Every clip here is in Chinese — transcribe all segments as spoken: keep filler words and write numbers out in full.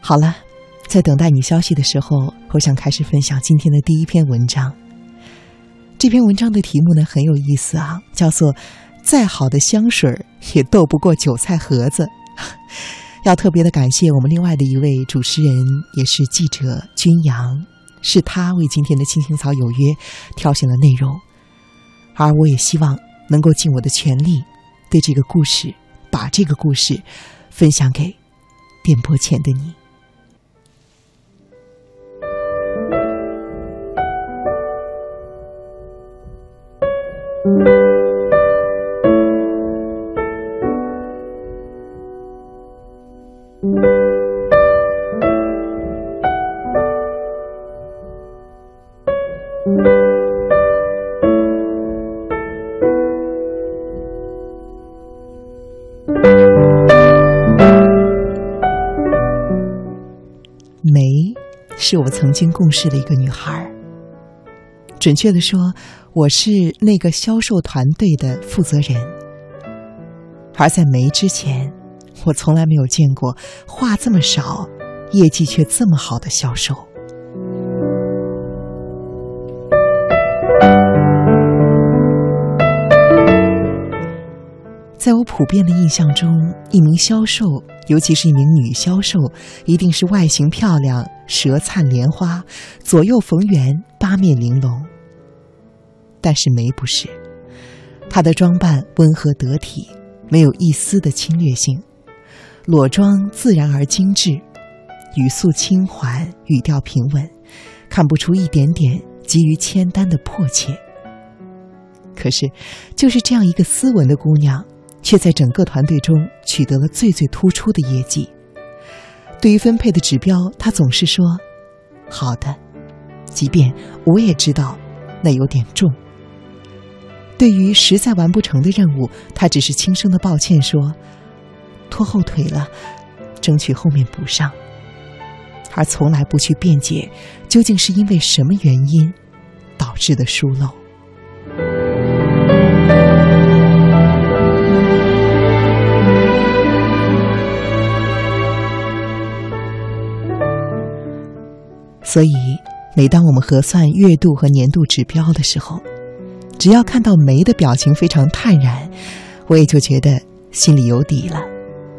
好了，在等待你消息的时候，我想开始分享今天的第一篇文章。这篇文章的题目呢很有意思啊，叫做再好的香水也斗不过韭菜盒子。要特别的感谢我们另外的一位主持人，也是记者君阳，是他为今天的青青草有约挑选了内容，而我也希望能够尽我的全力，对这个故事，把这个故事分享给电波前的你。梅是我曾经共事的一个女孩，准确地说，我是那个销售团队的负责人。而在梅之前，我从来没有见过话这么少，业绩却这么好的销售。在我普遍的印象中，一名销售，尤其是一名女销售，一定是外形漂亮，舌灿莲花，左右逢源，八面玲珑。但是梅不是，她的装扮温和得体，没有一丝的侵略性，裸妆自然而精致，语速轻缓，语调平稳，看不出一点点急于签单的迫切。可是就是这样一个斯文的姑娘，却在整个团队中取得了最最突出的业绩。对于分配的指标，她总是说好的，即便我也知道那有点重。对于实在完不成的任务，她只是轻声的抱歉说拖后腿了，争取后面补上，而从来不去辩解究竟是因为什么原因导致的疏漏。所以每当我们核算月度和年度指标的时候，只要看到梅的表情非常泰然，我也就觉得心里有底了。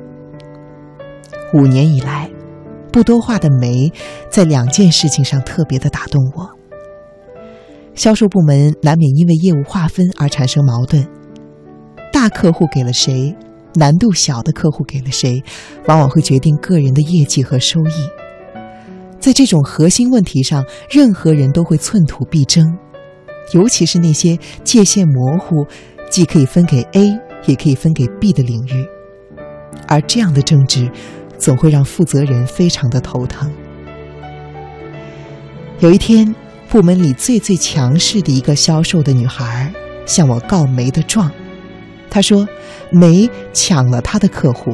五年以来，不多话的梅在两件事情上特别的打动我。销售部门难免因为业务划分而产生矛盾，大客户给了谁，难度小的客户给了谁，往往会决定个人的业绩和收益。在这种核心问题上，任何人都会寸土必争，尤其是那些界限模糊，既可以分给 A 也可以分给 B 的领域，而这样的争执总会让负责人非常的头疼。有一天，部门里最最强势的一个销售的女孩向我告梅的状，她说梅抢了她的客户。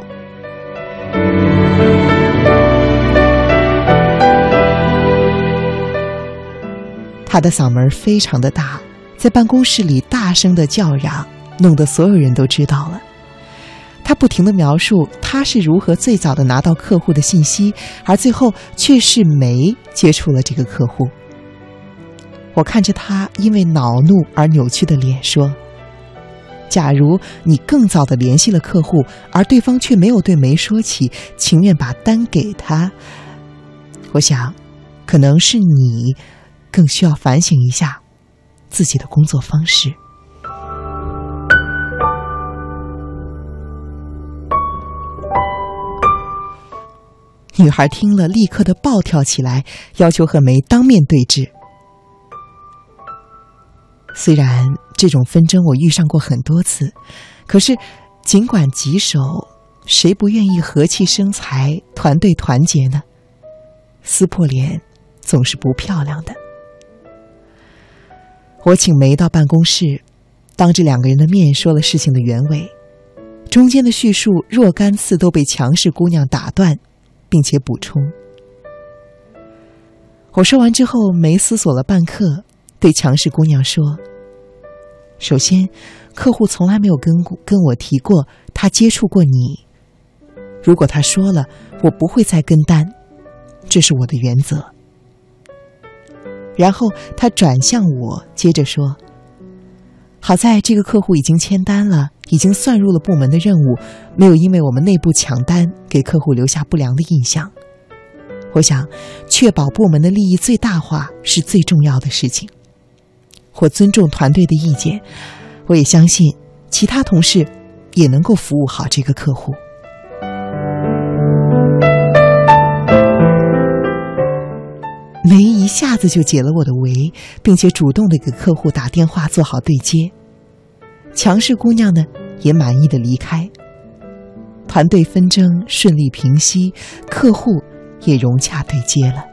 他的嗓门非常的大，在办公室里大声的叫嚷，弄得所有人都知道了。他不停地描述他是如何最早的拿到客户的信息，而最后却是梅接触了这个客户。我看着他因为恼怒而扭曲的脸说，假如你更早的联系了客户，而对方却没有对梅说起，情愿把单给他，我想可能是你更需要反省一下自己的工作方式。女孩听了立刻的暴跳起来，要求和梅当面对质。虽然这种纷争我遇上过很多次，可是尽管棘手，谁不愿意和气生财，团队团结呢？撕破脸总是不漂亮的。我请梅到办公室，当着两个人的面说了事情的原委，中间的叙述若干次都被强势姑娘打断，并且补充。我说完之后，梅思索了半刻，对强势姑娘说，首先客户从来没有跟跟我提过他接触过你，如果他说了，我不会再跟单， 这是我的原则。然后他转向我，接着说，好在这个客户已经签单了，已经算入了部门的任务，没有因为我们内部抢单给客户留下不良的印象。我想确保部门的利益最大化是最重要的事情。我尊重团队的意见，我也相信其他同事也能够服务好这个客户。梅一下子就解了我的围，并且主动地给客户打电话做好对接。强势姑娘呢，也满意地离开。团队纷争顺利平息，客户也融洽对接了。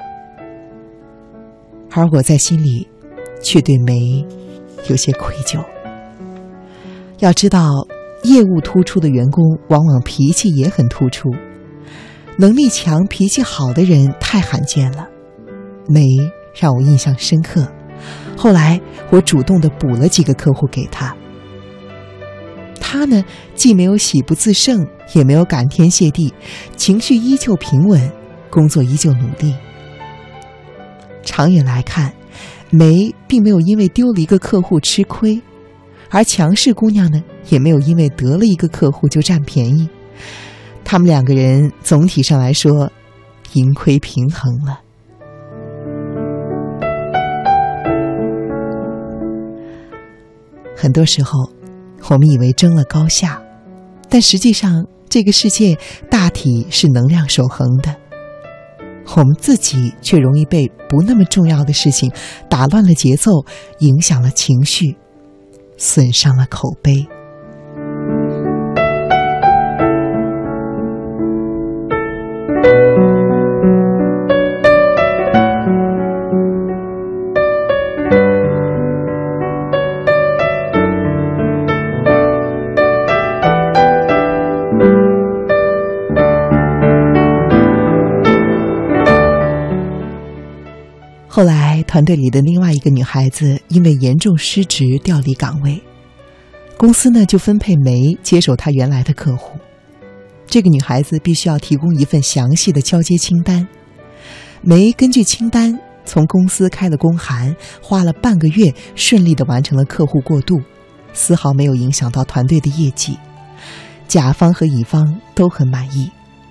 而我在心里却对梅有些愧疚。要知道，业务突出的员工往往脾气也很突出，能力强脾气好的人太罕见了。梅让我印象深刻，后来我主动地补了几个客户给他。他呢，既没有喜不自胜，也没有感天谢地，情绪依旧平稳，工作依旧努力。长远来看，梅并没有因为丢了一个客户吃亏，而强势姑娘呢，也没有因为得了一个客户就占便宜。他们两个人总体上来说，盈亏平衡了。很多时候，我们以为争了高下，但实际上这个世界大体是能量守恒的。我们自己却容易被不那么重要的事情打乱了节奏，影响了情绪，损伤了口碑。后来团队里的另外一个女孩子因为严重失职调离岗位，公司呢就分配梅接手她原来的客户。这个女孩子必须要提供一份详细的交接清单，梅根据清单从公司开了公函，花了半个月顺利地完成了客户过渡，丝毫没有影响到团队的业绩，甲方和乙方都很满意。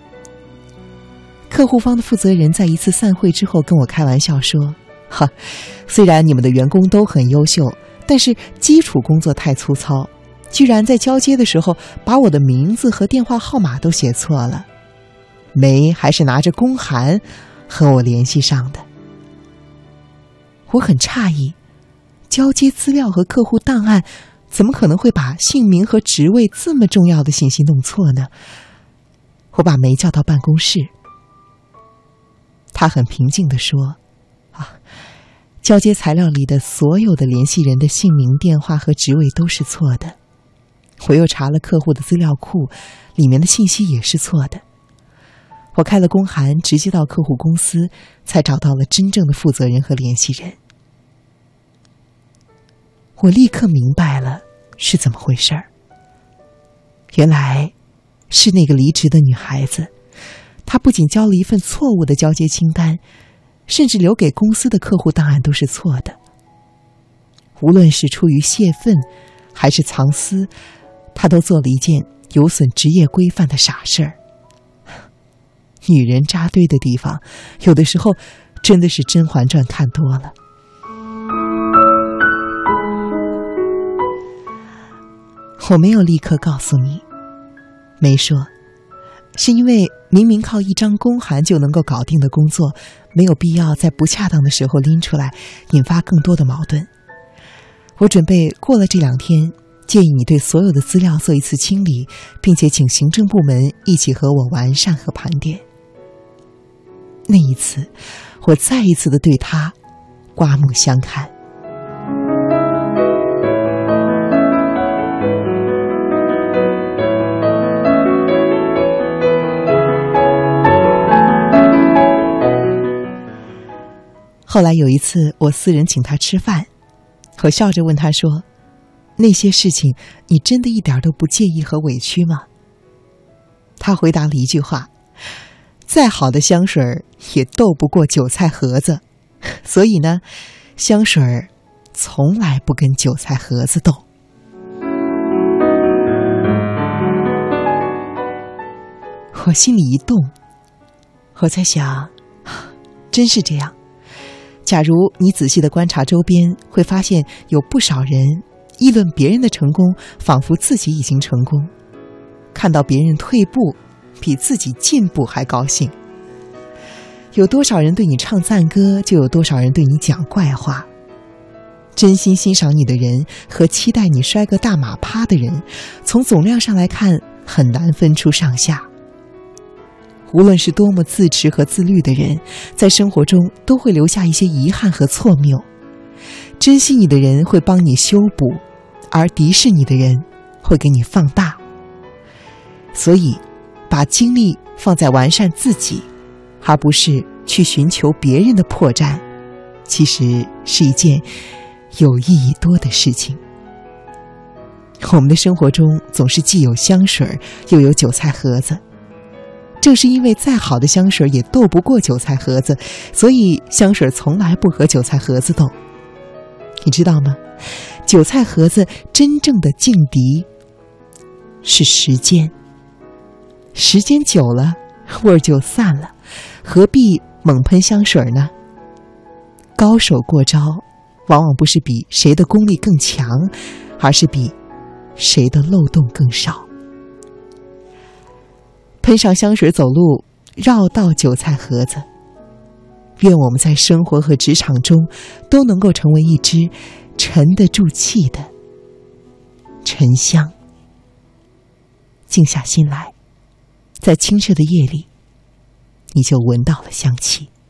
客户方的负责人在一次散会之后跟我开玩笑说，哈，虽然你们的员工都很优秀，但是基础工作太粗糙，居然在交接的时候把我的名字和电话号码都写错了。梅还是拿着公函和我联系上的。我很诧异，交接资料和客户档案怎么可能会把姓名和职位这么重要的信息弄错呢？我把梅叫到办公室，他很平静地说，啊，交接材料里的所有的联系人的姓名、电话和职位都是错的。我又查了客户的资料库，里面的信息也是错的。我开了公函，直接到客户公司，才找到了真正的负责人和联系人。我立刻明白了是怎么回事儿。原来是那个离职的女孩子，她不仅交了一份错误的交接清单，甚至留给公司的客户档案都是错的。无论是出于泄愤还是藏私，她都做了一件有损职业规范的傻事儿。女人扎堆的地方，有的时候真的是《甄嬛传》看多了。我没有立刻告诉你，梅说，是因为明明靠一张公函就能够搞定的工作，没有必要在不恰当的时候拎出来，引发更多的矛盾。我准备过了这两天，建议你对所有的资料做一次清理，并且请行政部门一起和我完善和盘点。那一次，我再一次的对他刮目相看。后来有一次我私人请他吃饭，我笑着问他说，那些事情你真的一点都不介意和委屈吗？他回答了一句话， 再好的香水也斗不过韭菜盒子，所以呢，香水从来不跟韭菜盒子斗。我心里一动，我在想，真是这样。假如你仔细地观察周边，会发现有不少人议论别人的成功，仿佛自己已经成功；看到别人退步，比自己进步还高兴。有多少人对你唱赞歌，就有多少人对你讲怪话。真心欣赏你的人和期待你摔个大马趴的人，从总量上来看，很难分出上下。无论是多么自持和自律的人，在生活中都会留下一些遗憾和错谬。珍惜你的人会帮你修补，而敌视你的人会给你放大。所以，把精力放在完善自己，而不是去寻求别人的破绽，其实是一件有意义多的事情。我们的生活中总是既有香水，又有韭菜盒子。正是因为再好的香水也斗不过韭菜盒子，所以香水从来不和韭菜盒子斗。你知道吗？韭菜盒子真正的劲敌是时间。时间久了，味儿就散了，何必猛喷香水呢？高手过招，往往不是比谁的功力更强，而是比谁的漏洞更少。喷上香水走路，绕道韭菜盒子。愿我们在生活和职场中都能够成为一支沉得住气的沉香。静下心来，在清澈的夜里，你就闻到了香气。